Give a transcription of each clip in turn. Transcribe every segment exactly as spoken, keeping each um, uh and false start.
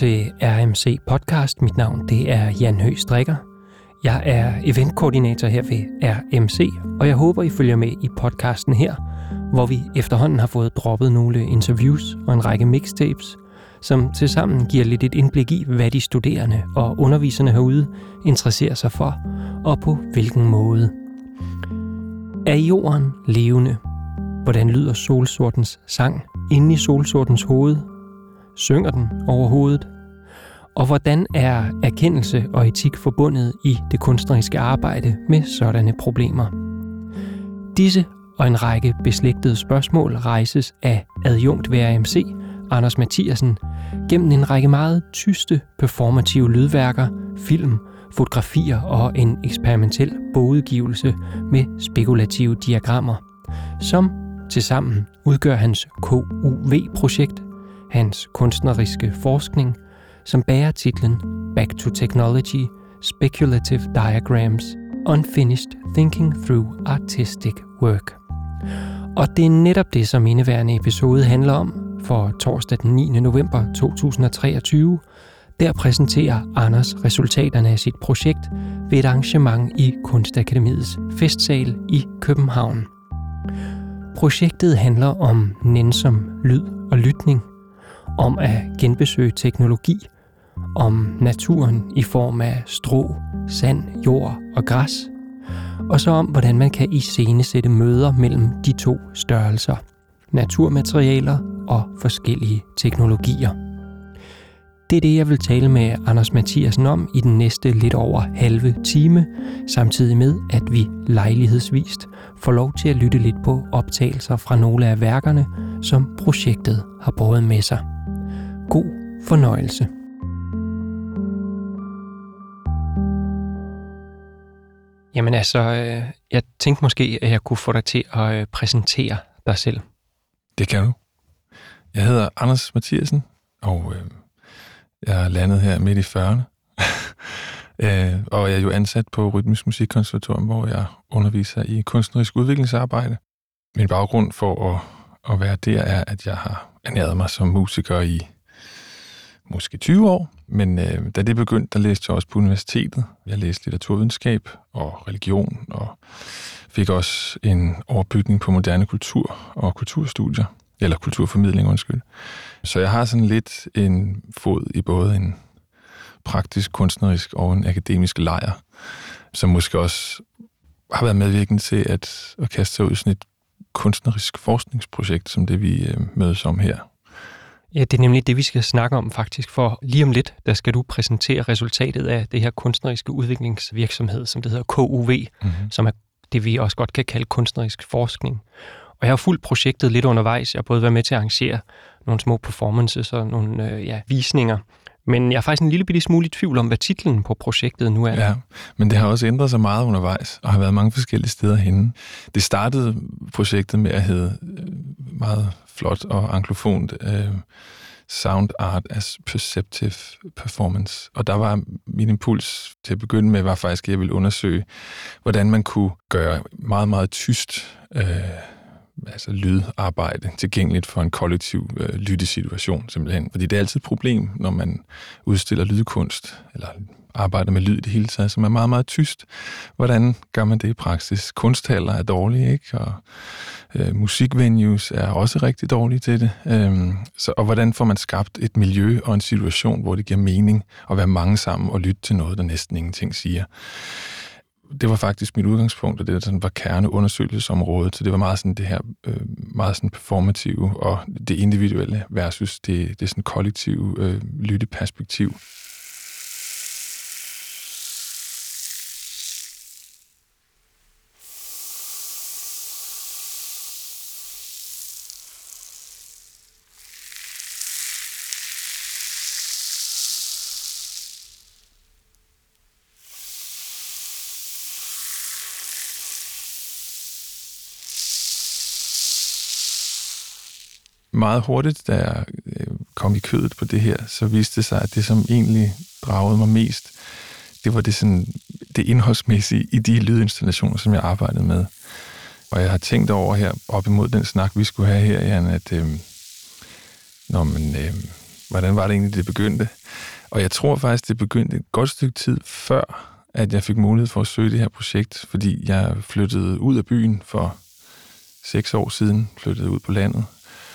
til R M C Podcast. Mit navn det er Jan Høgh Strikker. Jeg er eventkoordinator her ved R M C, og jeg håber, I følger med i podcasten her, hvor vi efterhånden har fået droppet nogle interviews og en række mixtapes, som tilsammen giver lidt et indblik i, hvad de studerende og underviserne herude interesserer sig for, og på hvilken måde. Er jorden levende? Hvordan lyder solsortens sang inde i solsortens hoved? Synger den overhovedet? Og hvordan er erkendelse og etik forbundet i det kunstneriske arbejde med sådanne problemer? Disse og en række beslægtede spørgsmål rejses af adjunkt ved R M C, Anders Mathiasen, gennem en række meget tyste performative lydværker, film, fotografier og en eksperimentel bogudgivelse med spekulative diagrammer, som tilsammen udgør hans K U V-projekt, hans kunstneriske forskning, som bærer titlen Back to Technology, Speculative Diagrams, Unfinished Thinking Through Artistic Work. Og det er netop det, som indeværende episode handler om. For torsdag den niende november to tusind og treogtyve, der præsenterer Anders resultaterne af sit projekt ved et arrangement i Kunstakademiets festsal i København. Projektet handler om nænsom lyd og lytning, om at genbesøge teknologi, om naturen i form af strå, sand, jord og græs, og så om, hvordan man kan iscenesætte møder mellem de to størrelser, naturmaterialer og forskellige teknologier. Det er det, jeg vil tale med Anders Mathiasen om i den næste lidt over halve time, samtidig med, at vi lejlighedsvist får lov til at lytte lidt på optagelser fra nogle af værkerne, som projektet har båret med sig. God fornøjelse. Jamen altså, jeg tænkte måske, at jeg kunne få dig til at præsentere dig selv. Det kan du. Jeg hedder Anders Mathiasen, og øh, jeg er landet her midt i fyrrerne. øh, og jeg er jo ansat på Rytmisk Musikkonservatorium, hvor jeg underviser i kunstnerisk udviklingsarbejde. Min baggrund for at, at være der er, at jeg har ernæret mig som musiker i måske tyve år. Men øh, da det begyndte, der læste jeg også på universitetet. Jeg læste litteraturvidenskab og religion, og fik også en overbygning på moderne kultur og kulturstudier. Eller kulturformidling, undskyld. Så jeg har sådan lidt en fod i både en praktisk, kunstnerisk og en akademisk lejr, som måske også har været medvirkende til at, at kaste sig ud i sådan et kunstnerisk forskningsprojekt, som det vi øh, mødes om her. Ja, det er nemlig det, vi skal snakke om faktisk, for lige om lidt, der skal du præsentere resultatet af det her kunstneriske udviklingsvirksomhed, som det hedder K U V, mm-hmm. som er det, vi også godt kan kalde kunstnerisk forskning. Og jeg har fulgt projektet lidt undervejs. Jeg har både været med til at arrangere nogle små performances og nogle øh, ja, visninger. Men jeg er faktisk en lille bitte smule i tvivl om, hvad titlen på projektet nu er. Ja, men det har også ændret sig meget undervejs, og har været mange forskellige steder henne. Det startede projektet med at hedde meget flot og anglofont øh, Sound Art as Perceptive Performance. Og der var min impuls til at begynde med, var faktisk, at jeg ville undersøge, hvordan man kunne gøre meget, meget tyst øh, altså lydarbejde tilgængeligt for en kollektiv øh, lyttesituation, simpelthen. Fordi det er altid et problem, når man udstiller lydkunst, eller arbejder med lyd i det hele taget, som er meget, meget tyst. Hvordan gør man det i praksis? Kunsthaller er dårlige, ikke? Og øh, musikvenues er også rigtig dårlige til det. Øhm, så, og hvordan får man skabt et miljø og en situation, hvor det giver mening at være mange sammen og lytte til noget, der næsten ingenting siger? Det var faktisk mit udgangspunkt, og det sådan var kerneundersøgelsesområdet, så det var meget sådan det her øh, meget sådan performative og det individuelle versus det, det sådan kollektive øh, lytteperspektiv. Meget hurtigt, da jeg kom i kødet på det her, så viste det sig, at det, som egentlig dragede mig mest, det var det, sådan, det indholdsmæssige i de lydinstallationer, som jeg arbejdede med. Og jeg har tænkt over her, op imod den snak, vi skulle have her, Jan, at øh, når man, øh, hvordan var det egentlig, det begyndte. Og jeg tror faktisk, det begyndte et godt stykke tid før, at jeg fik mulighed for at søge det her projekt, fordi jeg flyttede ud af byen for seks år siden, flyttede ud på landet.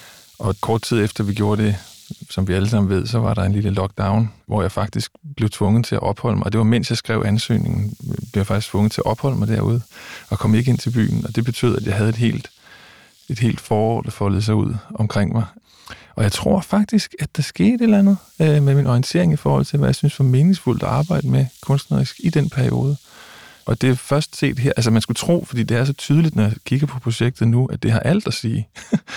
Og kort tid efter vi gjorde det, som vi alle sammen ved, så var der en lille lockdown, hvor jeg faktisk blev tvunget til at opholde mig. Og det var mens jeg skrev ansøgningen, blev jeg faktisk tvunget til at opholde mig derude, og kom ikke ind til byen. Og det betød, at jeg havde et helt, et helt forår, der foldede sig ud omkring mig. Og jeg tror faktisk, at der skete et eller andet øh, med min orientering i forhold til, hvad jeg synes var meningsfuldt at arbejde med kunstnerisk i den periode. Og det er først set her, altså man skulle tro, fordi det er så tydeligt, når jeg kigger på projektet nu, at det har alt at sige,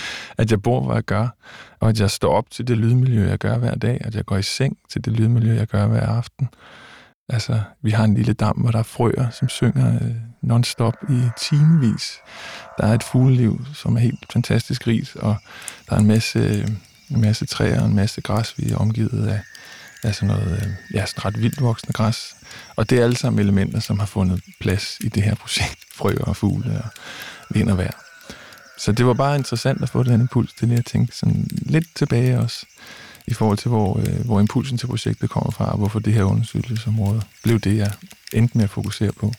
at jeg bor, hvor jeg gør, og at jeg står op til det lydmiljø, jeg gør hver dag, at jeg går i seng til det lydmiljø, jeg gør hver aften. Altså, vi har en lille dam, hvor der er frøer, som synger øh, non-stop i timevis. Der er et fugleliv, som er helt fantastisk rigt, og der er en masse, øh, en masse træer og en masse græs, vi er omgivet af. af sådan noget, øh, ja, sådan ret vildt voksende græs. Og det er alle sammen elementer, som har fundet plads i det her projekt. Frøer og fugle og vind og vejr. Så det var bare interessant at få den impuls til det, jeg tænkte sådan lidt tilbage også, i forhold til, hvor, øh, hvor impulsen til projektet kommer fra, og hvorfor det her undersøgelsesområde blev det, jeg endte med at fokusere på.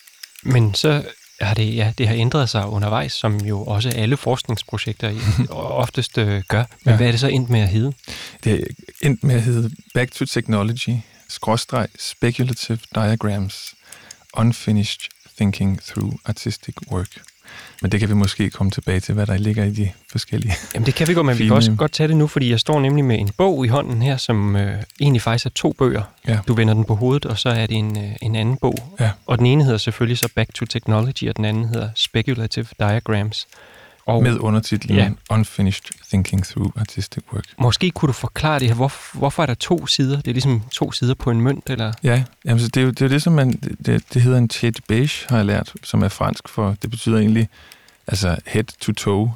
Men så har det, ja, det har ændret sig undervejs, som jo også alle forskningsprojekter oftest øh, gør. Men ja. Hvad er det så endt med at hedde? Det er endt med at hedde Back to Technology, skråstreg Speculative Diagrams, Unfinished Thinking Through Artistic Work. Men det kan vi måske komme tilbage til, hvad der ligger i de forskellige. Jamen det kan vi godt, men vi kan også godt tage det nu, fordi jeg står nemlig med en bog i hånden her, som øh, egentlig faktisk er to bøger. Ja. Du vender den på hovedet, og så er det en, øh, en anden bog. Ja. Og den ene hedder selvfølgelig så Back to Technology, og den anden hedder Speculative Diagrams. Og, med undertitlen ja. Unfinished Thinking Through Artistic Work. Måske kunne du forklare det her. Hvor, hvorfor er der to sider? Det er ligesom to sider på en mønt, eller? Ja, jamen, så det er jo det, er det som man, det, det hedder en tête beige, har jeg lært, som er fransk for, det betyder egentlig, altså head to toe.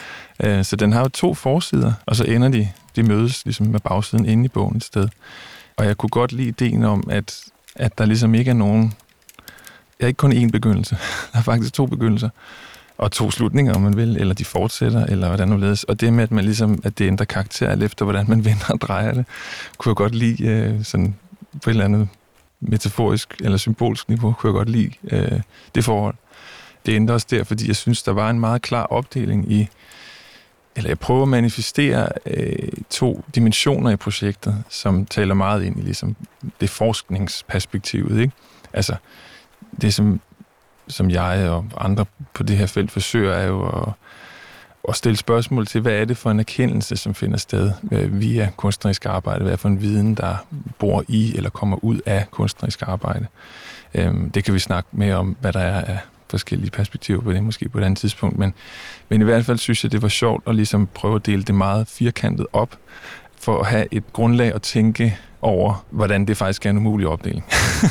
Så den har jo to forsider, og så ender de, de mødes ligesom med bagsiden inde i bogen et sted. Og jeg kunne godt lide ideen om, at, at der ligesom ikke er nogen, jeg er ikke kun én begyndelse, der er faktisk to begyndelser. Og to slutninger, om man vil, eller de fortsætter, eller hvordan nu ledes. Og det med, at man ligesom, at det ændrer karakter alt efter, hvordan man vender og drejer det, kunne jeg godt lide øh, sådan på et eller andet metaforisk eller symbolsk niveau, kunne jeg godt lide øh, det forhold. Det ændrer også der, fordi jeg synes, der var en meget klar opdeling i, eller jeg prøver at manifestere øh, to dimensioner i projektet, som taler meget ind i ligesom det forskningsperspektivet, ikke? Altså, det som som jeg og andre på det her felt forsøger, er jo at, at stille spørgsmål til, hvad er det for en erkendelse, som finder sted via kunstnerisk arbejde? Hvad er det for en viden, der bor i eller kommer ud af kunstnerisk arbejde? Det kan vi snakke mere om, hvad der er af forskellige perspektiver på det, måske på et andet tidspunkt. Men, men i hvert fald synes jeg, det var sjovt at ligesom prøve at dele det meget firkantet op, for at have et grundlag at tænke over, hvordan det faktisk er en umulig opdeling.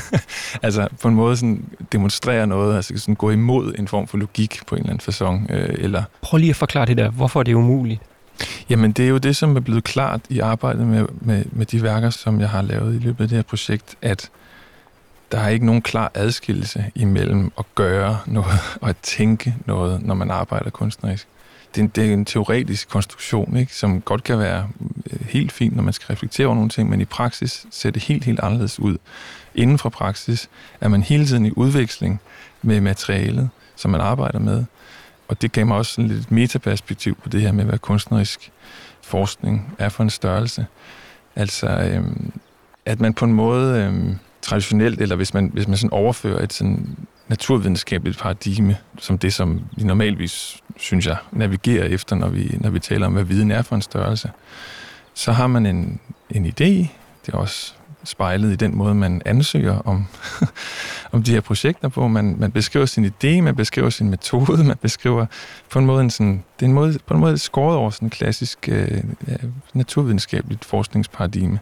Altså på en måde sådan demonstrere noget, altså sådan gå imod en form for logik på en eller anden facon. Øh, eller... Prøv lige at forklare det der. Hvorfor er det umuligt? Jamen det er jo det, som er blevet klart i arbejdet med, med, med de værker, som jeg har lavet i løbet af det her projekt, at der er ikke nogen klar adskillelse imellem at gøre noget og at tænke noget, når man arbejder kunstnerisk. Det er, en, det er en teoretisk konstruktion, ikke, som godt kan være helt fint, når man skal reflektere over nogle ting, men i praksis ser det helt, helt anderledes ud. Inden for praksis er man hele tiden i udveksling med materialet, som man arbejder med. Og det gav mig også sådan lidt et metaperspektiv på det her med, hvad kunstnerisk forskning er for en størrelse. Altså, øhm, at man på en måde øhm, traditionelt, eller hvis man, hvis man sådan overfører et sådan naturvidenskabeligt paradigme, som det, som vi normalvis, synes jeg, navigerer efter, når vi, når vi taler om, hvad viden er for en størrelse, så har man en, en idé. Det er også spejlet i den måde, man ansøger om, om de her projekter på. Man, man beskriver sin idé, man beskriver sin metode, man beskriver på en måde, en sådan, det er en måde, på en måde skåret over sådan en klassisk øh, naturvidenskabeligt forskningsparadigme.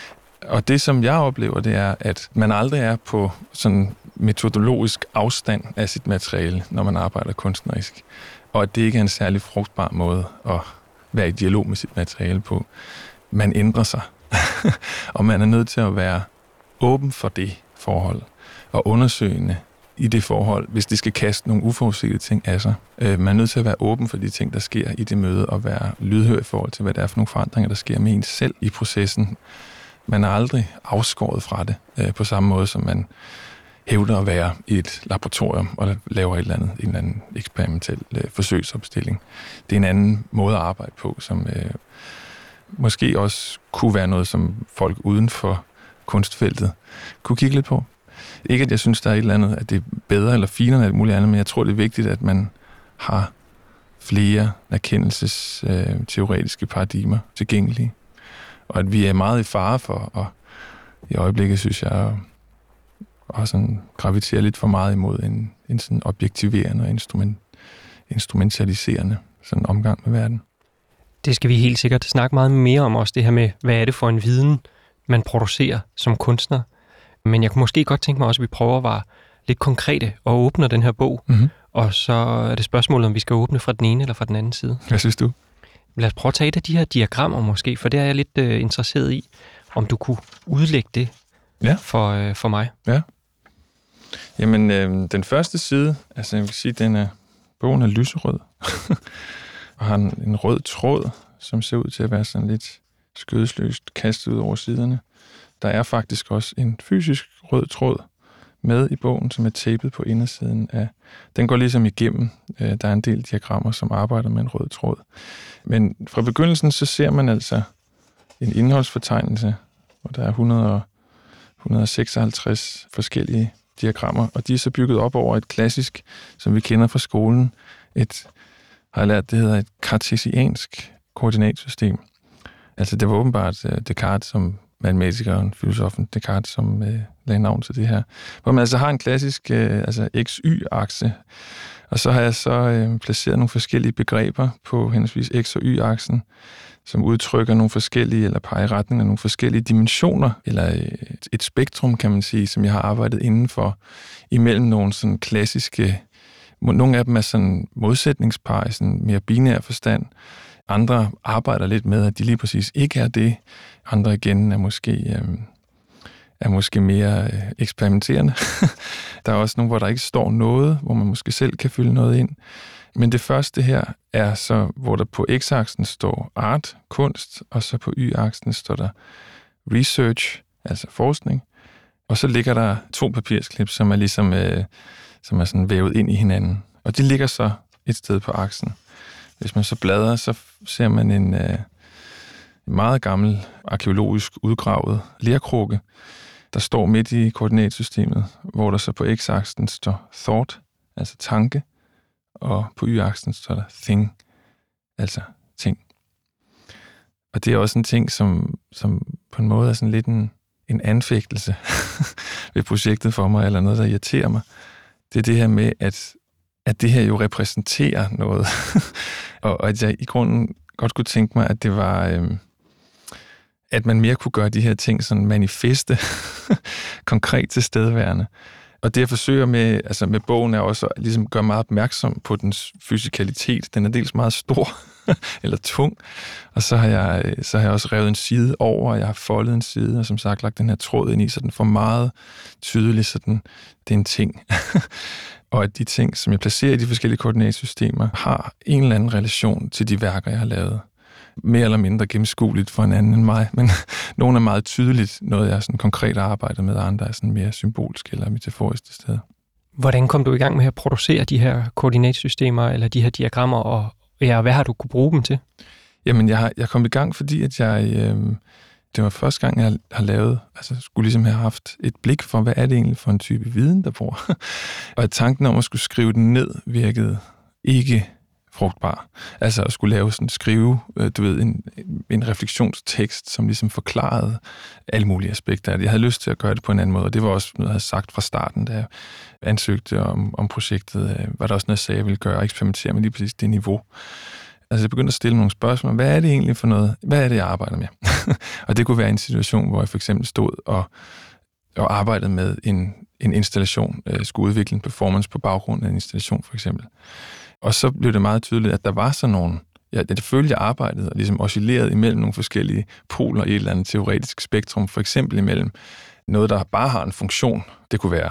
Og det, som jeg oplever, det er, at man aldrig er på sådan metodologisk afstand af sit materiale, når man arbejder kunstnerisk. Og at det ikke er en særlig frugtbar måde at være i dialog med sit materiale på. Man ændrer sig, og man er nødt til at være åben for det forhold, og undersøgende i det forhold, hvis de skal kaste nogle uforudsete ting af sig. Man er nødt til at være åben for de ting, der sker i det møde, og være lydhør i forhold til, hvad det er for nogle forandringer, der sker med en selv i processen. Man er aldrig afskåret fra det, på samme måde som man hævder at være i et laboratorium og laver et eller andet, en eller anden eksperimentel forsøgsopstilling. Det er en anden måde at arbejde på, som øh, måske også kunne være noget, som folk uden for kunstfeltet kunne kigge lidt på. Ikke at jeg synes, der er et eller andet, at det er bedre eller finere end alt muligt andet, men jeg tror, det er vigtigt, at man har flere erkendelsesteoretiske paradigmer tilgængelige. Og at vi er meget i fare for, og i øjeblikket synes jeg, og sådan graviterer lidt for meget imod en, en sådan objektiverende og instrument, instrumentaliserende sådan omgang med verden. Det skal vi helt sikkert snakke meget mere om også, det her med, hvad er det for en viden, man producerer som kunstner. Men jeg kunne måske godt tænke mig også, at vi prøver at være lidt konkrete og åbner den her bog. Mm-hmm. Og så er det spørgsmålet, om vi skal åbne fra den ene eller fra den anden side. Hvad synes du? Lad os prøve at tage et af de her diagrammer måske, for det er jeg lidt øh, interesseret i, om du kunne udlægge det ja. for, øh, for mig. Ja. Jamen, øh, den første side, altså jeg vil sige, den er, bogen er lyserød, og har en, en rød tråd, som ser ud til at være sådan lidt skødesløst kastet ud over siderne. Der er faktisk også en fysisk rød tråd med i bogen, som er tapet på indersiden af. Den går ligesom igennem. Der er en del diagrammer, som arbejder med en rød tråd. Men fra begyndelsen, så ser man altså en indholdsfortegnelse, hvor der er hundrede og seksoghalvtreds forskellige diagrammer, og de er så bygget op over et klassisk, som vi kender fra skolen, et, har jeg lært, det hedder et kartesiansk koordinatsystem. Altså det var åbenbart uh, Descartes, som matematikeren, filosofen Descartes, som uh, lagde navn til det her. Hvor man altså har en klassisk uh, altså x-y-akse, og så har jeg så uh, placeret nogle forskellige begreber på henholdsvis x- og y-aksen, som udtrykker nogle forskellige, eller peger i retning af nogle forskellige dimensioner, eller et, et spektrum, kan man sige, som jeg har arbejdet indenfor, imellem nogle sådan klassiske, nogle af dem er sådan modsætningspar i sådan mere binær forstand. Andre arbejder lidt med, at de lige præcis ikke er det. Andre igen er måske, øh, er måske mere øh, eksperimenterende. Der er også nogle, hvor der ikke står noget, hvor man måske selv kan fylde noget ind. Men det første her er så, hvor der på x-aksen står art, kunst, og så på y-aksen står der research, altså forskning. Og så ligger der to papirsklip, som er ligesom øh, som er sådan vævet ind i hinanden. Og de ligger så et sted på aksen. Hvis man så bladrer, så ser man en, øh, en meget gammel arkæologisk udgravet lerkrukke, der står midt i koordinatsystemet, hvor der så på x-aksen står thought, altså tanke, og på y-aksen står der thing, altså ting. Og det er også en ting, som, som på en måde er sådan lidt en, en anfægtelse ved projektet for mig, eller noget, der irriterer mig. Det er det her med, at, at det her jo repræsenterer noget. og, og at jeg i grunden godt kunne tænke mig, at det var, øhm, at man mere kunne gøre de her ting sådan manifeste, konkret tilstedeværende. Og det, jeg forsøger med, altså med bogen, er også at ligesom gøre meget opmærksom på dens fysikalitet. Den er dels meget stor, eller tung, og så har, jeg, så har jeg også revet en side over, og jeg har foldet en side, og som sagt lagt den her tråd ind i, så den får meget tydeligt, så den, det er en ting. Og at de ting, som jeg placerer i de forskellige koordinatsystemer, har en eller anden relation til de værker, jeg har lavet. Mere eller mindre gennemskueligt for en anden end mig, men nogle er meget tydeligt noget, jeg sådan konkret arbejder med, og andre er sådan mere symbolsk eller metaforisk til stede. Hvordan kom du i gang med at producere de her koordinatsystemer, eller de her diagrammer, og ja, hvad har du kunne bruge dem til? Jamen, jeg har jeg kom i gang, fordi at jeg, øh, det var første gang, jeg har lavet, altså skulle ligesom have haft et blik for, hvad er det egentlig for en type viden, der bor. Og at tanken om at skulle skrive den ned virkede ikke frugtbar. Altså at skulle lave sådan skrive, du ved, en, en refleksionstekst, som ligesom forklarede alle mulige aspekter af det. Jeg havde lyst til at gøre det på en anden måde, og det var også noget, jeg havde sagt fra starten, da jeg ansøgte om, om projektet. Var der også noget, jeg sagde, jeg ville gøre, eksperimentere med lige præcis det niveau. Altså jeg begyndte at stille nogle spørgsmål. Hvad er det egentlig for noget? Hvad er det, jeg arbejder med? Og det kunne være en situation, hvor jeg for eksempel stod og, og arbejdede med en, en installation, jeg skulle udvikle en performance på baggrund af en installation for eksempel. Og så blev det meget tydeligt, at der var sådan nogle, ja, det følte jeg arbejdede og ligesom oscillerede imellem nogle forskellige poler i et eller andet teoretisk spektrum, for eksempel imellem noget, der bare har en funktion. Det kunne være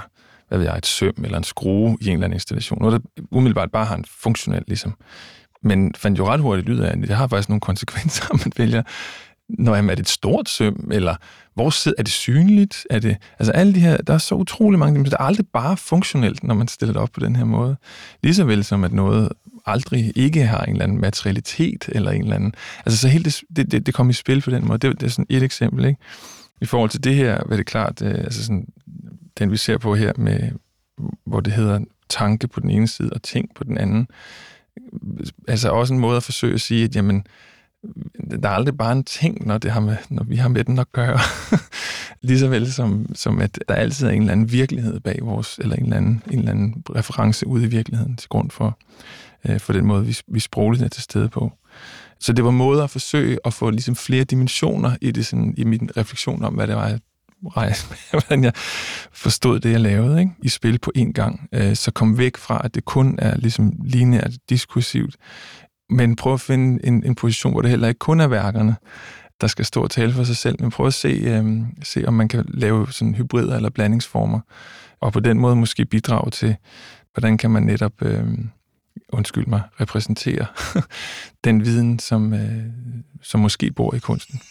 hvad ved jeg, et søm eller en skrue i en eller anden installation. Noget, der umiddelbart bare har en funktionel, ligesom. Men fandt jo ret hurtigt ud af, at det har faktisk nogle konsekvenser, om man vælger, når er det et stort søm, eller hvor sidder, er det synligt? Er det, altså alle de her, der er så utrolig mange, men det er aldrig bare funktionelt, når man stiller det op på den her måde. Ligeså vel som, at noget aldrig ikke har en eller anden materialitet, eller en eller anden, altså så helt det, det, det, det kommer i spil på den måde. Det, det er sådan et eksempel, ikke? I forhold til det her, hvad det klart, øh, altså sådan, den vi ser på her, med, hvor det hedder tanke på den ene side, og ting på den anden, altså også en måde at forsøge at sige, at jamen, der er aldrig bare en ting, når, det har med, når vi har med den at gøre. Lige så vel som, som, at der altid er en eller anden virkelighed bag vores, eller en eller anden, en eller anden reference ude i virkeligheden til grund for, øh, for den måde, vi, vi sprogligt er til stede på. Så det var måder at forsøge at få ligesom flere dimensioner i, det, sådan, i min refleksion om, hvad det var, jeg rejste med, hvordan jeg forstod det, jeg lavede, ikke? I spil på én gang. Øh, så kom væk fra, at det kun er ligesom lineært diskursivt, men prøv at finde en, en position, hvor det heller ikke kun er værkerne, der skal stå og tale for sig selv, men prøv at se, øh, se om man kan lave sådan hybrider eller blandingsformer, og på den måde måske bidrage til, hvordan kan man netop, øh, undskyld mig, repræsentere den viden, som, øh, som måske bor i kunsten.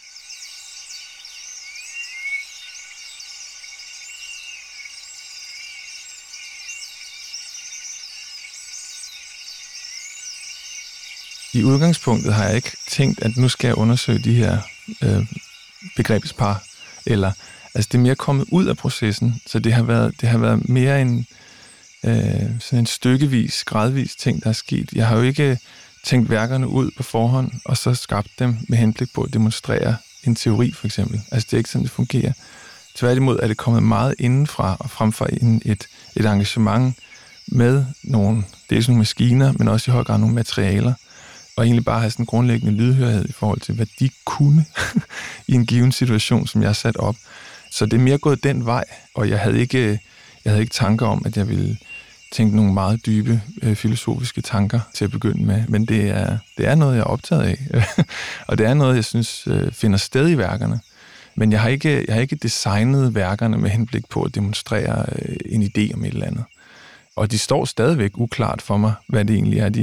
I udgangspunktet har jeg ikke tænkt, at nu skal jeg undersøge de her øh, begrebspar, eller altså det er mere kommet ud af processen, så det har været, det har været mere en, øh, sådan en stykkevis, gradvis ting, der er sket. Jeg har jo ikke tænkt værkerne ud på forhånd, og så skabt dem med henblik på at demonstrere en teori, for eksempel. Altså det er ikke sådan, det fungerer. Tværtimod er det kommet meget indenfra, og frem for en, et, et engagement med nogle, dels nogle maskiner, men også i høj grad nogle materialer, og egentlig bare have sådan en grundlæggende lydhørhed i forhold til, hvad de kunne i en given situation, som jeg har sat op. Så det er mere gået den vej, og jeg havde ikke, jeg havde ikke tanker om, at jeg ville tænke nogle meget dybe øh, filosofiske tanker til at begynde med, men det er, det er noget, jeg er optaget af, og det er noget, jeg synes øh, finder sted i værkerne. Men jeg har ikke, jeg har ikke designet værkerne med henblik på at demonstrere øh, en idé om et eller andet. Og de står stadigvæk uklart for mig, hvad det egentlig er, de...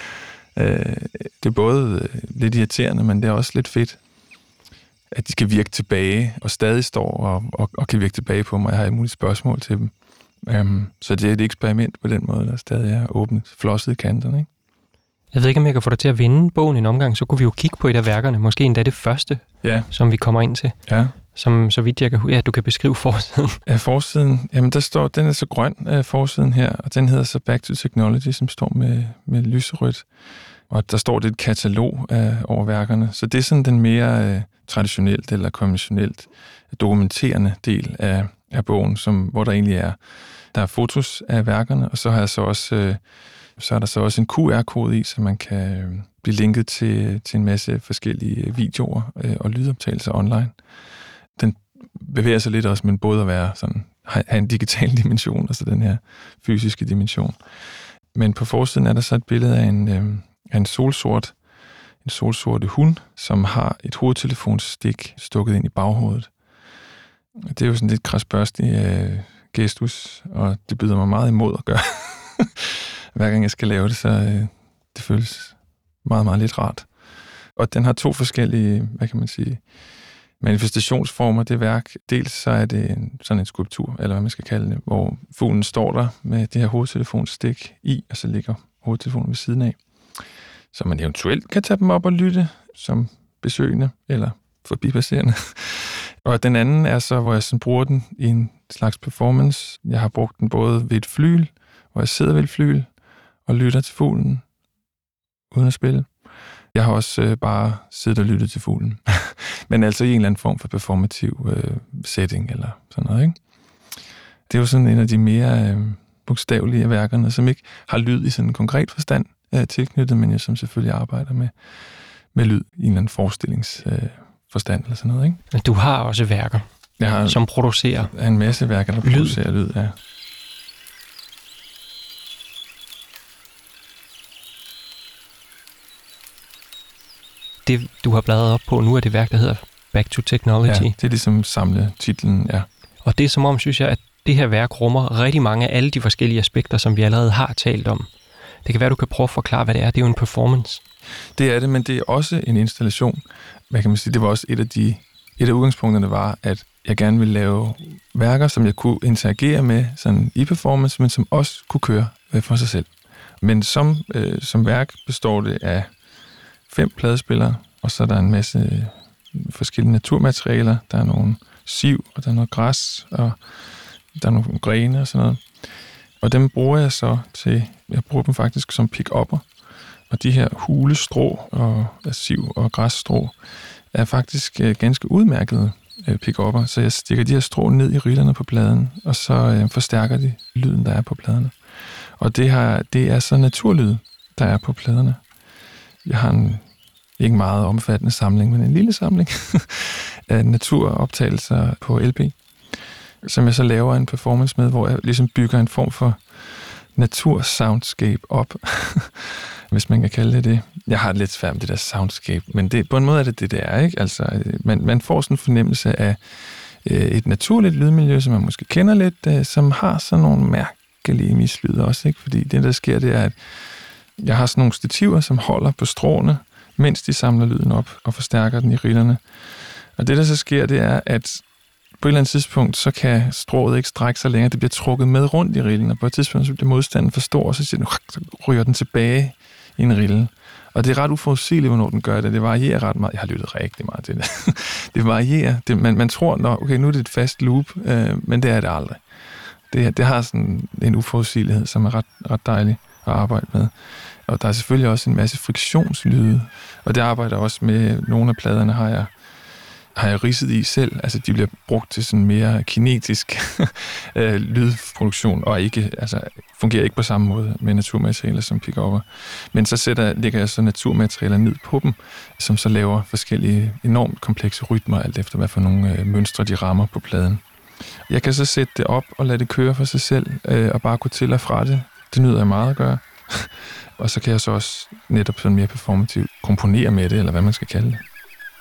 Det er både lidt irriterende, men det er også lidt fedt, at de skal virke tilbage, og stadig står og, og, og kan virke tilbage på mig. Jeg har et muligt spørgsmål til dem. Um, så det er et eksperiment på den måde, der stadig er åbent, flosset i kanterne, ikke? Jeg ved ikke, om jeg kan få dig til at vinde bogen en omgang, så kunne vi jo kigge på et af værkerne, måske endda det første, ja. Som vi kommer ind til. Ja. Som, så vidt jeg kan ja, du kan beskrive forsiden. Ja, forsiden, jamen der står, den er så grøn, forsiden her, og den hedder så Back to Technology, som står med, med lyserødt. Og der står det et katalog af, over værkerne. Så det er sådan den mere øh, traditionelt eller konventionelt dokumenterende del af, af bogen, som, hvor der egentlig er, der er fotos af værkerne, og så har jeg så også, øh, så er der så også en Q R-kode i, så man kan øh, blive linket til, til en masse forskellige videoer øh, og lydoptagelser online. Den bevæger sig lidt også, men både at være sådan, have en digital dimension, altså den her fysiske dimension. Men på forsiden er der så et billede af en, øh, af en solsort, en solsorte hund, som har et hovedtelefonstik stukket ind i baghovedet. Det er jo sådan lidt krasbørstig øh, gestus, og det byder mig meget imod at gøre. Hver gang jeg skal lave det, så øh, det føles meget, meget lidt rart. Og den har to forskellige, hvad kan man sige, manifestationsformer, det værk. Dels så er det en, sådan en skulptur, eller hvad man skal kalde det, hvor fuglen står der med det her hovedtelefonstik i, og så ligger hovedtelefonen ved siden af. Så man eventuelt kan tage dem op og lytte som besøgende eller forbipasserende. Og den anden er så, hvor jeg sådan bruger den i en slags performance. Jeg har brugt den både ved et flyl, hvor jeg sidder ved et flyl og lytter til fuglen uden at spille. Jeg har også øh, bare siddet og lyttet til fuglen. Men altså i en eller anden form for performativ øh, setting eller sådan noget, ikke? Det er jo sådan en af de mere øh, bogstavelige af værkerne, som ikke har lyd i sådan en konkret forstand øh, tilknyttet, men jeg som selvfølgelig arbejder med, med lyd i en eller anden forestillingsforstand øh, eller sådan noget, ikke? Men du har også værker, jeg har, som producerer er en masse værker, der lyd. producerer lyd, ja. Det, du har bladret op på nu, er det værk, der hedder Back to Technology. Ja, det er ligesom samle titlen, ja. Og det er som om, synes jeg, at det her værk rummer rigtig mange af alle de forskellige aspekter, som vi allerede har talt om. Det kan være, du kan prøve at forklare, hvad det er. Det er jo en performance. Det er det, men det er også en installation. Hvad kan man sige? Det var også et af de et af udgangspunkterne var, at jeg gerne ville lave værker, som jeg kunne interagere med sådan i performance, men som også kunne køre for sig selv. Men som, øh, som værk består det af fem pladespillere, og så er der en masse forskellige naturmaterialer. Der er nogle siv, og der er noget græs, og der er nogle grene og sådan noget. Og dem bruger jeg så til, jeg bruger dem faktisk som pick-upper. Og de her hulestrå og siv og græsstrå er faktisk øh, ganske udmærkede øh, pick-upper. Så jeg stikker de her strå ned i rillerne på pladen, og så øh, forstærker de lyden, der er på pladerne. Og det, har, det er så naturlyd, der er på pladerne. Jeg har en ikke meget omfattende samling, men en lille samling af naturoptagelser på L P, som jeg så laver en performance med, hvor jeg ligesom bygger en form for natursoundscape op, hvis man kan kalde det det. Jeg har det lidt svært med det der soundscape, men det, på en måde er det det, det er, ikke? Altså, man, man får sådan en fornemmelse af øh, et naturligt lydmiljø, som man måske kender lidt, øh, som har sådan nogle mærkelige mislyde også, ikke? Fordi det, der sker, det er, at jeg har sådan nogle stativer, som holder på stråene, mens de samler lyden op og forstærker den i rillerne. Og det, der så sker, det er, at på et eller andet tidspunkt, så kan strået ikke strække sig længere. Det bliver trukket med rundt i rillen, og på et tidspunkt, så bliver modstanden for stor, og så, siger den, så ryger den tilbage i en rille. Og det er ret uforudsigeligt, hvornår den gør det. Det varierer ret meget. Jeg har lyttet rigtig meget til det. Det varierer. Det, man, man tror, at okay, nu er det et fast loop, øh, men det er det aldrig. Det, det har sådan en uforudsigelighed, som er ret, ret dejlig at arbejde med. Og der er selvfølgelig også en masse friktionslyde, og det arbejder også med, nogle af pladerne har jeg, har jeg ridset i selv. Altså, de bliver brugt til sådan mere kinetisk lydproduktion, og ikke, altså, fungerer ikke på samme måde med naturmaterialer som pick-upper. Men så sætter, lægger jeg så naturmaterialer ned på dem, som så laver forskellige enormt komplekse rytmer, alt efter hvad for nogle øh, mønstre de rammer på pladen. Jeg kan så sætte det op og lade det køre for sig selv, øh, og bare gå til og fra det. Det nyder jeg meget at gøre. Og så kan jeg så også netop sådan mere performativt komponere med det, eller hvad man skal kalde det.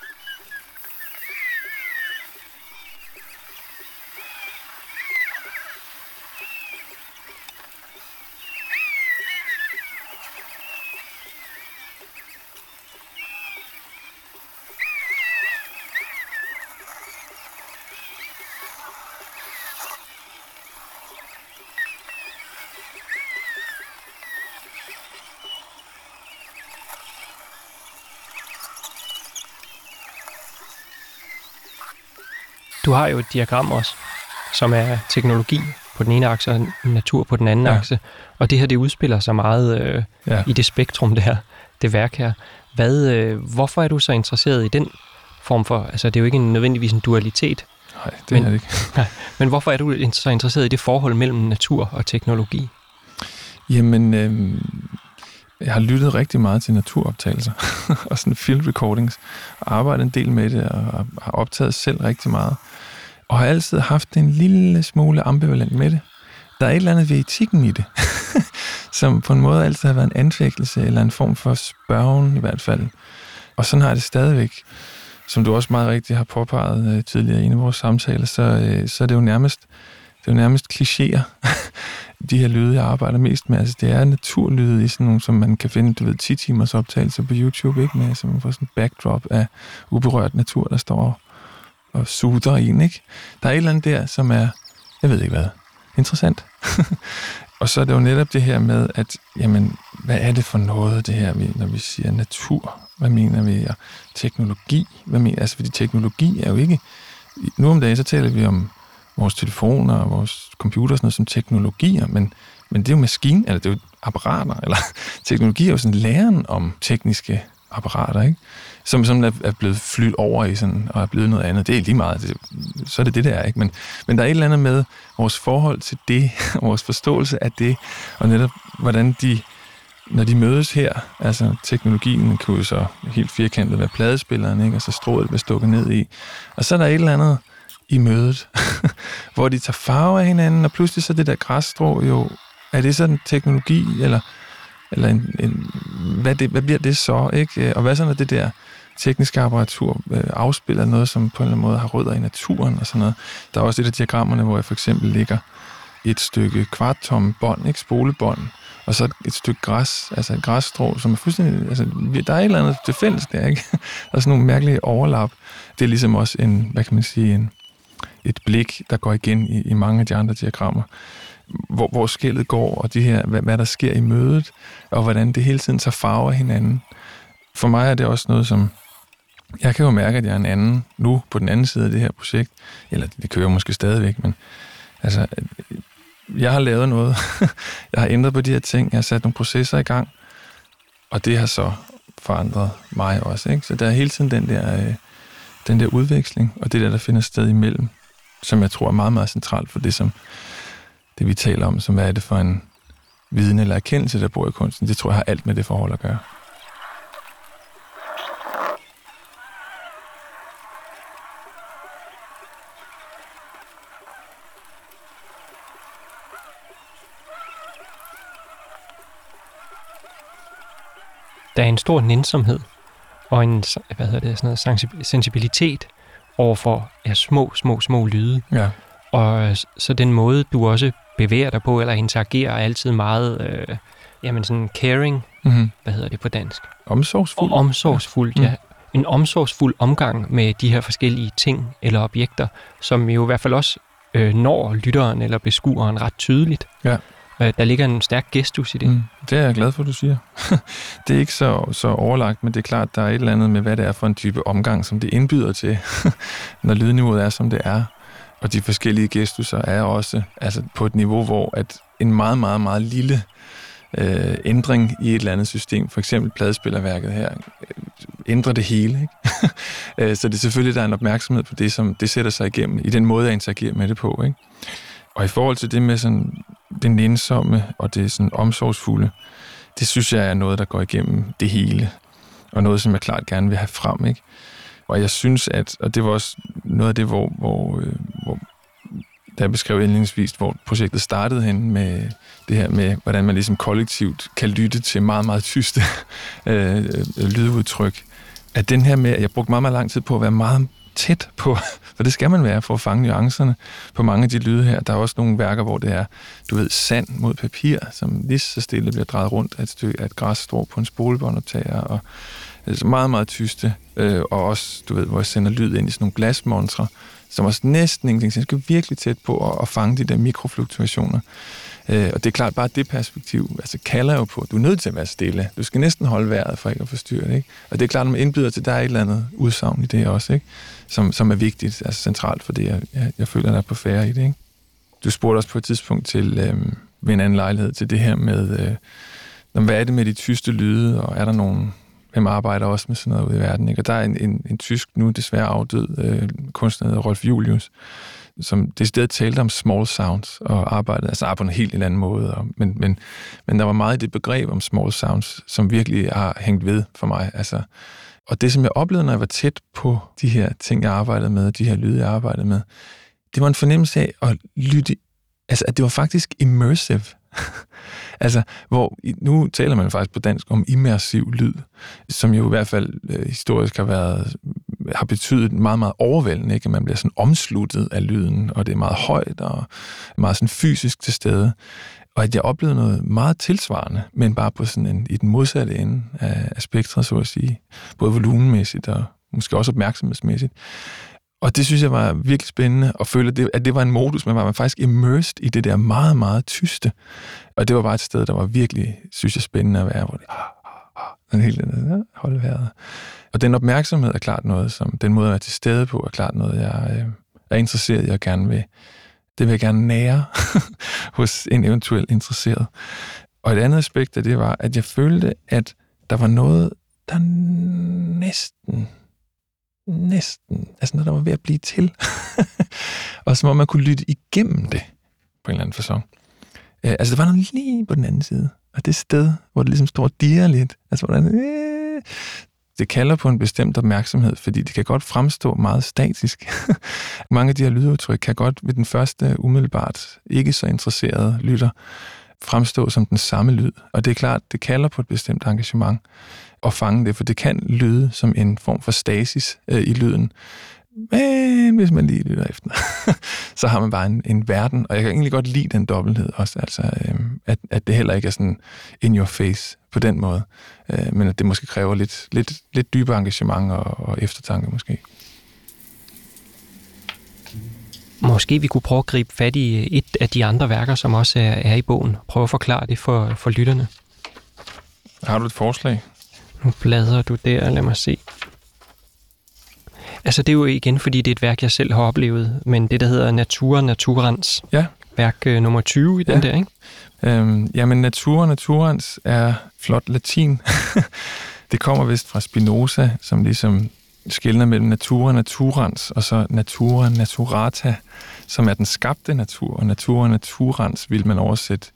Du har jo et diagram også, som er teknologi på den ene akse og natur på den anden ja. akse. Og det her, det udspiller sig meget øh, ja. i det spektrum, det her, det værk her. Hvad, øh, hvorfor er du så interesseret i den form for, altså det er jo ikke en, nødvendigvis en dualitet. Nej, det men, er det ikke. Nej, men hvorfor er du så interesseret i det forhold mellem natur og teknologi? Jamen, øh, jeg har lyttet rigtig meget til naturoptagelser og sådan field recordings, og arbejdet en del med det, og har optaget selv rigtig meget. Og har altid haft en lille smule ambivalent med det. Der er et eller andet ved etikken i det, som på en måde altid har været en anfægtelse, eller en form for spørgen i hvert fald. Og sådan har det stadigvæk. Som du også meget rigtigt har påpeget uh, tidligere i en af vores samtaler, så, uh, så er det jo nærmest, det er jo nærmest klichéer, de her lyde, jeg arbejder mest med. Altså, det er naturlyde i sådan nogle, som man kan finde, du ved, ti timers optagelser på YouTube, ikke? Med, så man får sådan en backdrop af uberørt natur, der står og suder i en, ikke? Der er et eller andet der, som er, jeg ved ikke hvad, interessant. Og så er det jo netop det her med, at, jamen, hvad er det for noget, det her, når vi siger natur? Hvad mener vi? Og teknologi? Hvad mener, altså, fordi teknologi er jo ikke, nu om dagen, så taler vi om vores telefoner og vores computer og sådan noget som teknologier, men, men det er jo maskine, eller det er jo apparater, eller teknologi er jo sådan læren om tekniske apparater, ikke? Som, som er blevet flyttet over i sådan, og er blevet noget andet. Det er lige meget, det, så er det det, der er, ikke? Men, men der er et eller andet med vores forhold til det, vores forståelse af det, og netop hvordan de, når de mødes her, altså teknologien kan jo så helt firkantet være pladespilleren, ikke? Og så strået bliver stukket ned i. Og så er der et eller andet i mødet, hvor de tager farve af hinanden, og pludselig så det der græsstrå jo, er det sådan teknologi, eller, eller en, en, hvad, det, hvad bliver det så, ikke? Og hvad så når det der tekniske apparatur øh, afspiller noget, som på en eller anden måde har rødder i naturen og sådan noget. Der er også et af diagrammerne, hvor jeg for eksempel lægger et stykke kvarttomme bånd, ikke, spolebånd, og så et stykke græs, altså et græsstrå, som er fuldstændig, altså der er et eller andet til fælles der, ikke? Der er sådan nogle mærkelige overlap. Det er ligesom også en, hvad kan man sige, en, et blik, der går igen i, i mange af de andre diagrammer, hvor, hvor skellet går, og de her, hvad, hvad der sker i mødet, og hvordan det hele tiden tager farve af hinanden. For mig er det også noget, som jeg kan jo mærke, at jeg er en anden nu på den anden side af det her projekt, eller det kører måske stadigvæk, men altså, jeg har lavet noget. Jeg har ændret på de her ting. Jeg har sat nogle processer i gang, og det har så forandret mig også, ikke? Så der er hele tiden den der, øh, den der udveksling, og det der, der finder sted imellem, som jeg tror er meget, meget centralt for det, som det vi taler om, som hvad er det for en viden eller erkendelse, der bor i kunsten. Det tror jeg har alt med det forhold at gøre. Der er en stor nænsomhed og en, hvad hedder det, sådan noget, sensibilitet overfor ja, små, små, små lyde. Ja. Og så den måde, du også bevæger dig på eller interagerer, er altid meget, øh, jamen sådan caring, mm-hmm. hvad hedder det på dansk? Omsorgsfuld. Og omsorgsfuld, ja. ja. En omsorgsfuld omgang med de her forskellige ting eller objekter, som jo i hvert fald også øh, når lytteren eller beskueren ret tydeligt. Ja. Der ligger en stærk gestus i det. Mm, det er jeg glad for, du siger. Det er ikke så, så overlagt, men det er klart, der er et eller andet med, hvad det er for en type omgang, som det indbyder til, når lydniveauet er, som det er. Og de forskellige gestusser er også altså på et niveau, hvor at en meget, meget, meget lille øh, ændring i et eller andet system, for eksempel pladespillerværket her, øh, ændrer det hele. Ikke? Så det er selvfølgelig, der er en opmærksomhed på det, som det sætter sig igennem i den måde, jeg interagerer med det på. Ikke? Og i forhold til det med sådan det nænsomme og det sådan omsorgsfulde, det synes jeg er noget, der går igennem det hele. Og noget, som jeg klart gerne vil have frem. Ikke? Og jeg synes, at, og det var også noget af det, hvor, hvor, hvor da jeg beskrev indledningsvis, hvor projektet startede hen med det her med, hvordan man ligesom kollektivt kan lytte til meget, meget tyste øh, lydudtryk. At den her med, at jeg brugte meget, meget lang tid på at være meget tæt på, for det skal man være for at fange nuancerne på mange af de lyde her. Der er også nogle værker, hvor det er, du ved, sand mod papir, som lige så stille bliver drejet rundt af et stykke af et græsstrå på en spolebåndoptager, og altså meget, meget tyste, øh, og også, du ved, hvor jeg sender lyd ind i sådan nogle glasmontre, som også næsten ingenting, så jeg skal virkelig tæt på at, at fange de der mikrofluktuationer. Øh, og det er klart, bare det perspektiv, altså kalder jo på, at du er nødt til at være stille. Du skal næsten holde vejret for ikke at forstyrre det, ikke? Og det er klart, at man indbyder til, at der er et eller andet udsagn i det også, ikke? Som, som er vigtigt, altså centralt for det, jeg, jeg, jeg føler, der er på færre i det, ikke? Du spurgte også på et tidspunkt til, øh, ved en anden lejlighed, til det her med, øh, hvad er det med de tyste lyde, og er der nogen, hvem arbejder også med sådan noget ude i verden, ikke? Og der er en, en, en tysk, nu desværre afdød øh, kunstner, Rolf Julius, som det stedet talte om small sounds og arbejdede, altså arbejdede på en helt en anden måde. Og, men, men, men der var meget i det begreb om small sounds, som virkelig har hængt ved for mig. Altså, og det, som jeg oplevede, når jeg var tæt på de her ting, jeg arbejdede med, de her lyde, jeg arbejdede med, det var en fornemmelse af at lytte, altså at det var faktisk immersive. Altså, hvor nu taler man faktisk på dansk om immersiv lyd, som jo i hvert fald øh, historisk har været har betydet meget, meget overvældende, ikke? At man bliver sådan omsluttet af lyden, og det er meget højt og meget sådan fysisk til stede. Og at jeg oplevede noget meget tilsvarende, men bare på sådan en, i den modsatte ende af, af spektret, så at sige. Både volumenmæssigt og måske også opmærksomhedsmæssigt. Og det synes jeg var virkelig spændende, at føle, at det, at det var en modus, man var faktisk immersed i det der meget, meget tyste. Og det var bare et sted, der var virkelig, synes jeg, spændende at være, hvor det den hele den holde vejret. Og den opmærksomhed er klart noget, som den måde at være til stede på, er klart noget, jeg øh, er interesseret i og gerne vil. Det vil jeg gerne nære hos en eventuel interesseret. Og et andet aspekt af det var, at jeg følte, at der var noget, der næsten, næsten, altså noget, der var ved at blive til. Og som om man kunne lytte igennem det på en eller anden facon. Øh, altså, der var noget lige på den anden side. Og det sted, hvor det ligesom står og dirrer lidt, altså hvordan, øh, det kalder på en bestemt opmærksomhed, fordi det kan godt fremstå meget statisk. Mange af de her lydudtryk kan godt ved den første umiddelbart ikke så interesserede lytter fremstå som den samme lyd. Og det er klart, det kalder på et bestemt engagement. at fange det, for det kan lyde som en form for stasis øh, i lyden. Men hvis man lige lytter efter, så har man bare en, en verden, og jeg kan egentlig godt lide den dobbelthed også, altså øh, at, at det heller ikke er sådan in your face på den måde, øh, men at det måske kræver lidt, lidt, lidt dybere engagement og, og eftertanke måske. Måske vi kunne prøve at gribe fat i et af de andre værker, som også er, er i bogen. Prøve at forklare det for, for lytterne. Har du et forslag? Nu bladrer du der, lad mig se. Altså det er jo igen, fordi det er et værk, jeg selv har oplevet, men det, der hedder Natura Naturans, ja. Værk øh, nummer tyve i den ja. der, ikke? Øhm, jamen Natura Naturans er flot latin. Det kommer vist fra Spinoza, som ligesom skelner mellem Natura Naturans og så Natura Naturata, som er den skabte natur, og Natura Naturans vil man oversætte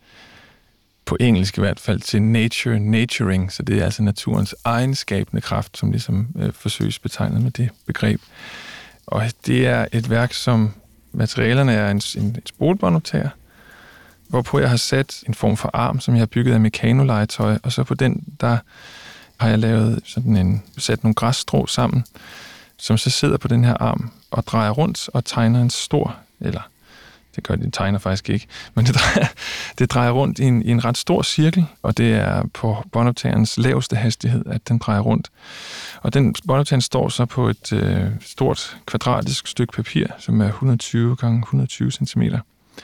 på engelsk i hvert fald til nature, naturing, så det er altså naturens egenskabende kraft, som ligesom øh, forsøges betegnet med det begreb. Og det er et værk, som materialerne er en, en, en spolebåndoptager, hvorpå jeg har sat en form for arm, som jeg har bygget af mekanolegetøj, og så på den, der har jeg lavet sådan en, sat nogle græsstrå sammen, som så sidder på den her arm og drejer rundt og tegner en stor, eller det gør det tegner faktisk ikke, men det drejer, det drejer rundt i en, i en ret stor cirkel, og det er på båndoptagerens laveste hastighed, at den drejer rundt. Og den båndoptageren står så på et øh, stort kvadratisk stykke papir, som er et hundrede og tyve gange et hundrede og tyve centimeter.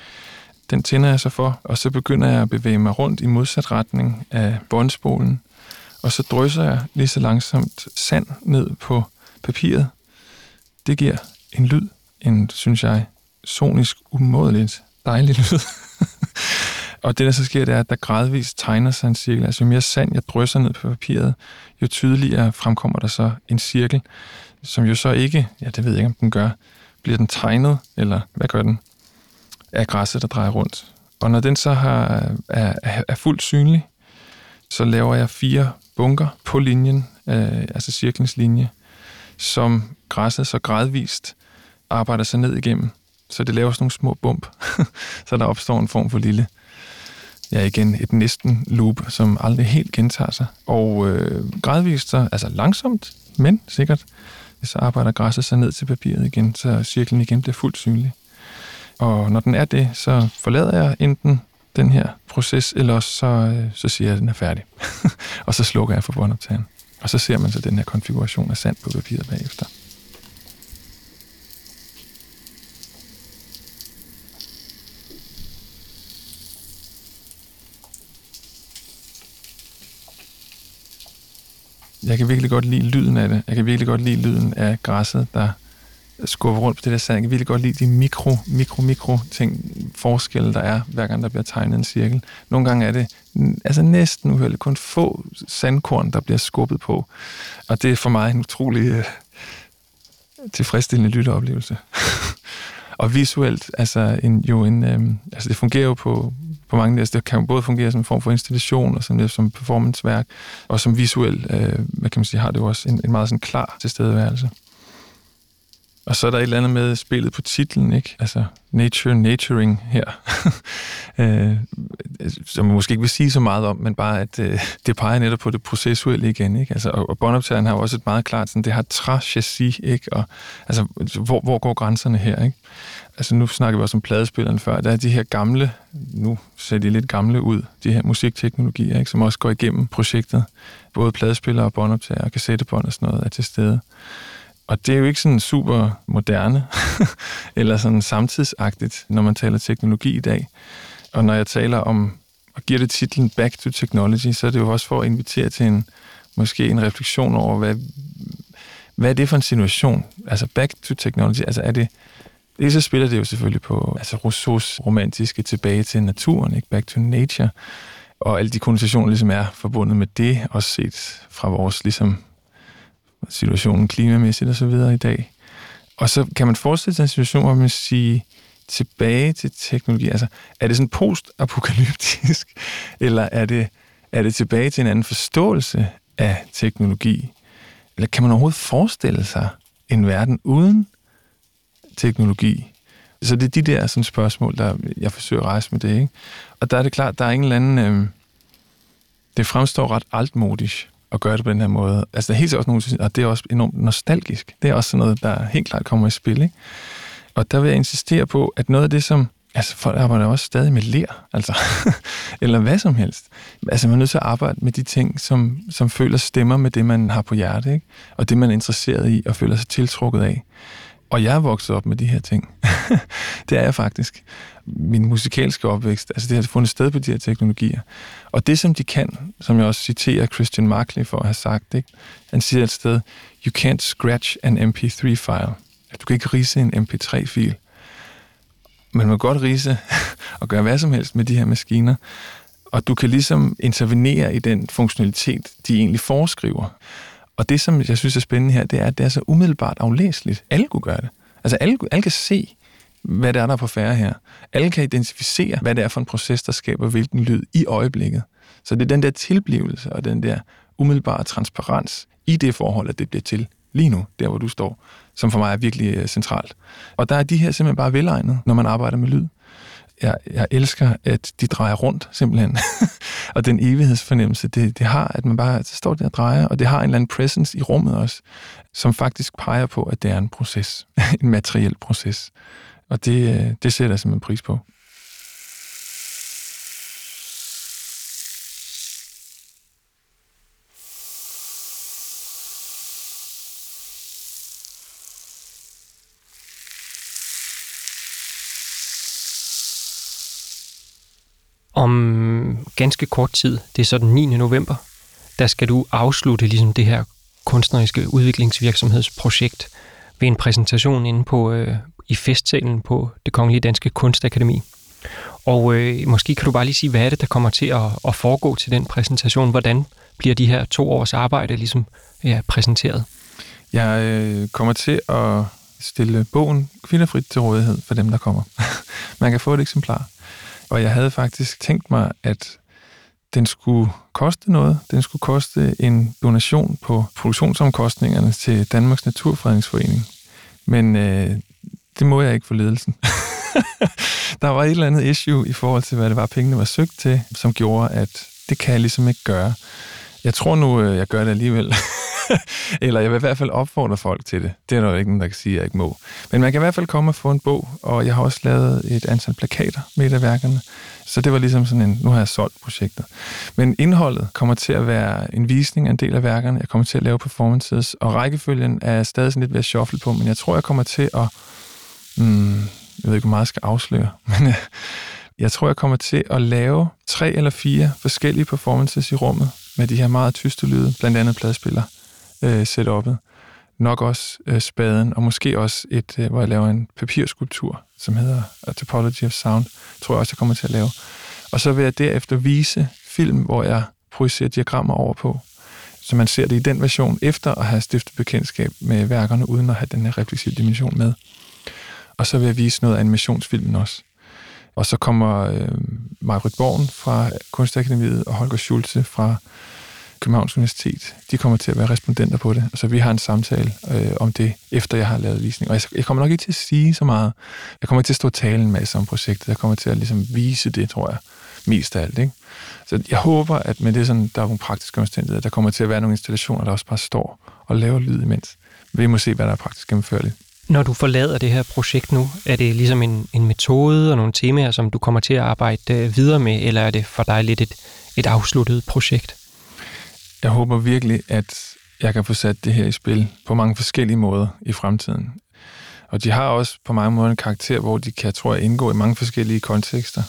Den tænder jeg så for, og så begynder jeg at bevæge mig rundt i modsat retning af båndspolen, og så drysser jeg lige så langsomt sand ned på papiret. Det giver en lyd, en, synes jeg, sonisk umådeligt dejlig lyd. Og det, der så sker, det er, at der gradvist tegner sig en cirkel. Altså, jo mere sand jeg drysser ned på papiret, jo tydeligere fremkommer der så en cirkel, som jo så ikke, ja, det ved jeg ikke, om den gør, bliver den tegnet, eller hvad gør den, af græsset, der drejer rundt. Og når den så har, er, er fuldt synlig, så laver jeg fire bunker på linjen, øh, altså cirklens linje, som græsset så gradvist arbejder sig ned igennem. Så det laver sådan nogle små bump, så der opstår en form for lille, ja igen, et næsten loop, som aldrig helt gentager sig. Og øh, gradvist, så, altså langsomt, men sikkert, så arbejder græsset sig ned til papiret igen, så cirklen igen bliver fuldt synlig. Og når den er det, så forlader jeg enten den her proces, eller også så, øh, så siger jeg, at den er færdig. Og så slukker jeg for båndoptageren. Og så ser man så den her konfiguration af sand på papiret bagefter. Jeg kan virkelig godt lide lyden af det. Jeg kan virkelig godt lide lyden af græsset, der skubber rundt på det der sand. Jeg kan virkelig godt lide de mikro, mikro, mikro ting, forskelle, der er, hver gang der bliver tegnet en cirkel. Nogle gange er det altså næsten uhørligt, kun få sandkorn, der bliver skubbet på. Og det er for mig en utrolig uh, tilfredsstillende lytteoplevelse. Og visuelt, altså, en, jo en, øhm, altså det fungerer jo på, på mange altså det kan jo både fungere som en form for installation, og som, som performanceværk, og som visuelt, øh, hvad kan man sige, har det jo også en, en meget sådan klar tilstedeværelse. Og så er der et eller andet med spillet på titlen, ikke? Altså nature, naturing her. øh, som man måske ikke vil sige så meget om, men bare at øh, det peger netop på det processuelle igen, ikke? Altså, og, og båndoptageren har jo også et meget klart, sådan, det har træ-chassis, ikke? Og altså, hvor, hvor går grænserne her, ikke? Altså, nu snakker vi også om pladespillerne før. Der er de her gamle, nu ser de lidt gamle ud, de her musikteknologier, ikke? Som også går igennem projektet. Både pladespillere og båndoptager og kassettebånd og sådan noget er til stede. Og det er jo ikke sådan super moderne, eller sådan samtidsagtigt, når man taler teknologi i dag. Og når jeg taler om, og giver det titlen Back to Technology, så er det jo også for at invitere til en, måske en refleksion over, hvad, hvad er det for en situation? Altså Back to Technology, altså er det, det så spiller det jo selvfølgelig på altså Rousseaus romantiske tilbage til naturen, ikke? Back to nature, og alle de konnotationer ligesom er forbundet med det, også set fra vores ligesom situationen klimamæssigt og så videre i dag. Og så kan man forestille sig en situation, hvor man siger tilbage til teknologi. Altså, er det sådan post-apokalyptisk, eller er det, er det tilbage til en anden forståelse af teknologi? Eller kan man overhovedet forestille sig en verden uden teknologi? Så det er de der sådan spørgsmål, der jeg forsøger at rejse med det, ikke? Og der er det klart, der er ingen eller anden... Øh, det fremstår ret altmodisk at gøre det på den her måde. Altså, der er helt også nogen, og det er også enormt nostalgisk. Det er også sådan noget, der helt klart kommer i spil, ikke? Og der vil jeg insistere på, at noget af det, som... Altså, folk arbejder også stadig med ler, altså. Eller hvad som helst. Altså, man er nødt til at arbejde med de ting, som, som føler stemmer med det, man har på hjertet, ikke? Og det, man er interesseret i og føler sig tiltrukket af. Og jeg er vokset op med de her ting. Det er jeg faktisk. Min musikalske opvækst, altså det har fundet sted på de her teknologier. Og det, som de kan, som jeg også citerer Christian Markley for at have sagt, ikke? Han siger et sted, you can't scratch an M P three file. Du kan ikke ridse en M P tre fil. Man må godt ridse og gøre hvad som helst med de her maskiner. Og du kan ligesom intervenere i den funktionalitet, de egentlig foreskriver. Og det, som jeg synes er spændende her, det er, at det er så umiddelbart aflæseligt. Alle kunne gøre det. Altså alle, alle kan se, hvad det er, der er på færre her. Alle kan identificere, hvad det er for en proces, der skaber hvilken lyd i øjeblikket. Så det er den der tilblivelse og den der umiddelbare transparens i det forhold, at det bliver til lige nu, der hvor du står, som for mig er virkelig uh, centralt. Og der er de her simpelthen bare velegnet, når man arbejder med lyd. Jeg, jeg elsker, at de drejer rundt, simpelthen. Og den evighedsfornemmelse, det, det har, at man bare står der og drejer, og det har en eller anden presence i rummet også, som faktisk peger på, at det er en proces. En materiel proces. Og det, det sætter jeg simpelthen pris på. Om ganske kort tid, det er så den niende november, der skal du afslutte ligesom det her kunstneriske udviklingsvirksomhedsprojekt ved en præsentation inde på, øh, i festsalen på Det Kongelige Danske Kunstakademi. Og øh, måske kan du bare lige sige, hvad er det, der kommer til at, at foregå til den præsentation? Hvordan bliver de her to års arbejde ligesom ja, præsenteret? Jeg øh, kommer til at stille bogen kvitterfrit til rådighed for dem, der kommer. Man kan få et eksemplar. Og jeg havde faktisk tænkt mig, at den skulle koste noget. Den skulle koste en donation på produktionsomkostningerne til Danmarks Naturfredningsforening. Men øh, det må jeg ikke for ledelsen. Der var et eller andet issue i forhold til, hvad det var, pengene var søgt til, som gjorde, at det kan jeg ligesom ikke gøre. Jeg tror nu, jeg gør det alligevel. Eller jeg vil i hvert fald opfordre folk til det. Det er der jo ikke nogen, der kan sige, at jeg ikke må. Men man kan i hvert fald komme og få en bog, og jeg har også lavet et antal plakater med et af værkerne. Så det var ligesom sådan en, nu har jeg solgt projektet. Men indholdet kommer til at være en visning af en del af værkerne. Jeg kommer til at lave performances, og rækkefølgen er stadig sådan lidt ved at shuffle på, men jeg tror, jeg kommer til at... Hmm, jeg ved ikke, hvor meget jeg skal afsløre, men jeg tror, jeg kommer til at lave tre eller fire forskellige performances i rummet med de her meget tyste lyde, blandt andet pladespiller. Øh, setup'et, nok også øh, spaden, og måske også et, øh, hvor jeg laver en papirskulptur, som hedder A Topology of Sound, tror jeg også, jeg kommer til at lave. Og så vil jeg derefter vise film, hvor jeg projicerer diagrammer over på, så man ser det i den version, efter at have stiftet bekendtskab med værkerne, uden at have den her refleksive dimension med. Og så vil jeg vise noget af animationsfilmen også. Og så kommer øh, Maj-Britt Borgen fra Kunstakademiet og Holger Schulze fra Københavns Universitet, de kommer til at være respondenter på det. Så vi har en samtale øh, om det, efter jeg har lavet visning. Og jeg, jeg kommer nok ikke til at sige så meget. Jeg kommer ikke til at stå og tale en masse om projektet. Jeg kommer til at ligesom vise det, tror jeg, mest af alt. Ikke? Så jeg håber, at med det sådan, der er nogle praktiske omstændigheder, der kommer til at være nogle installationer, der også bare står og laver lyd imens. Vi må se, hvad der er praktisk gennemførligt. Når du forlader det her projekt nu, er det ligesom en, en metode og nogle temaer, som du kommer til at arbejde videre med, eller er det for dig lidt et, et afsluttet projekt? Jeg håber virkelig, at jeg kan få sat det her i spil på mange forskellige måder i fremtiden. Og de har også på mange måder en karakter, hvor de kan, tror jeg, indgå i mange forskellige kontekster.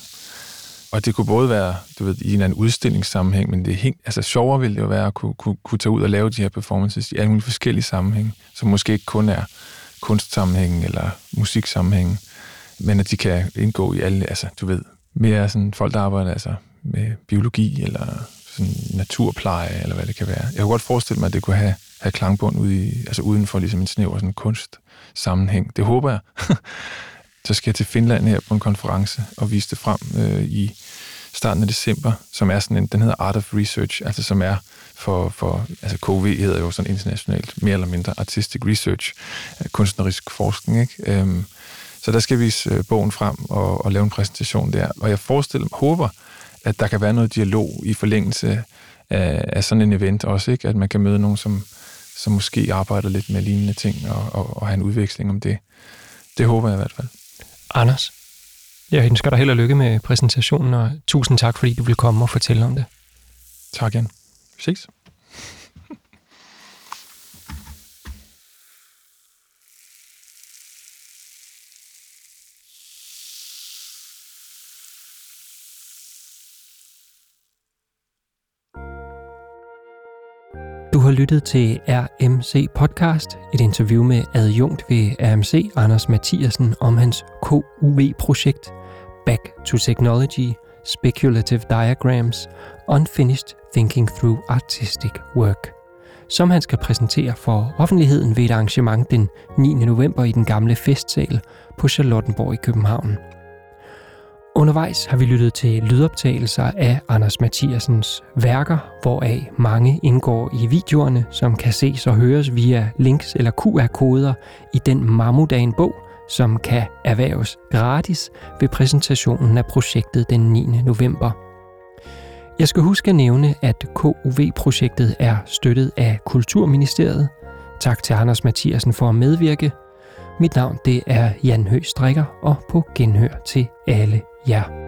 Og det kunne både være, du ved, i en eller anden udstillingssammenhæng, men det er helt, altså sjovere ville det jo være at kunne, kunne, kunne tage ud og lave de her performances i alle mulige forskellige sammenhænge, som måske ikke kun er kunstsammenhængen eller musiksammenhængen, men at de kan indgå i alle, altså du ved, mere sådan folk, der arbejder altså med biologi eller sådan naturpleje, eller hvad det kan være. Jeg kunne godt forestille mig, at det kunne have, have klangbund ude i, altså uden for ligesom en snæver sådan kunstsammenhæng. Det håber jeg. Så skal jeg til Finland her på en konference og vise det frem øh, i starten af december, som er sådan en, den hedder Art of Research, altså som er for, for altså K V hedder jo sådan internationalt, mere eller mindre artistic research, kunstnerisk forskning, ikke? Øhm, så der skal jeg vise øh, bogen frem og, og lave en præsentation der, og jeg forestiller mig, håber, at der kan være noget dialog i forlængelse af, af sådan en event også, ikke? At man kan møde nogen, som, som måske arbejder lidt med lignende ting, og, og, og have en udveksling om det. Det håber jeg i hvert fald. Anders, jeg ønsker dig held og lykke med præsentationen, og tusind tak, fordi du vil komme og fortælle om det. Tak, Jan. Vi ses. Du har lyttet til R M C Podcast, et interview med adjunkt ved R M C, Anders Mathiasen, om hans K U V-projekt Back to Technology, Speculative Diagrams, Unfinished Thinking Through Artistic Work, som han skal præsentere for offentligheden ved et arrangement den niende november i den gamle festsal på Charlottenborg i København. Undervejs har vi lyttet til lydoptagelser af Anders Mathiasens værker, hvoraf mange indgår i videoerne, som kan ses og høres via links eller Q R-koder i den mammut af en bog, som kan erhverves gratis ved præsentationen af projektet den niende november. Jeg skal huske at nævne, at K U V-projektet er støttet af Kulturministeriet. Tak til Anders Mathiasen for at medvirke. Mit navn det er Jan Høgh Strikker, og på genhør til alle jer.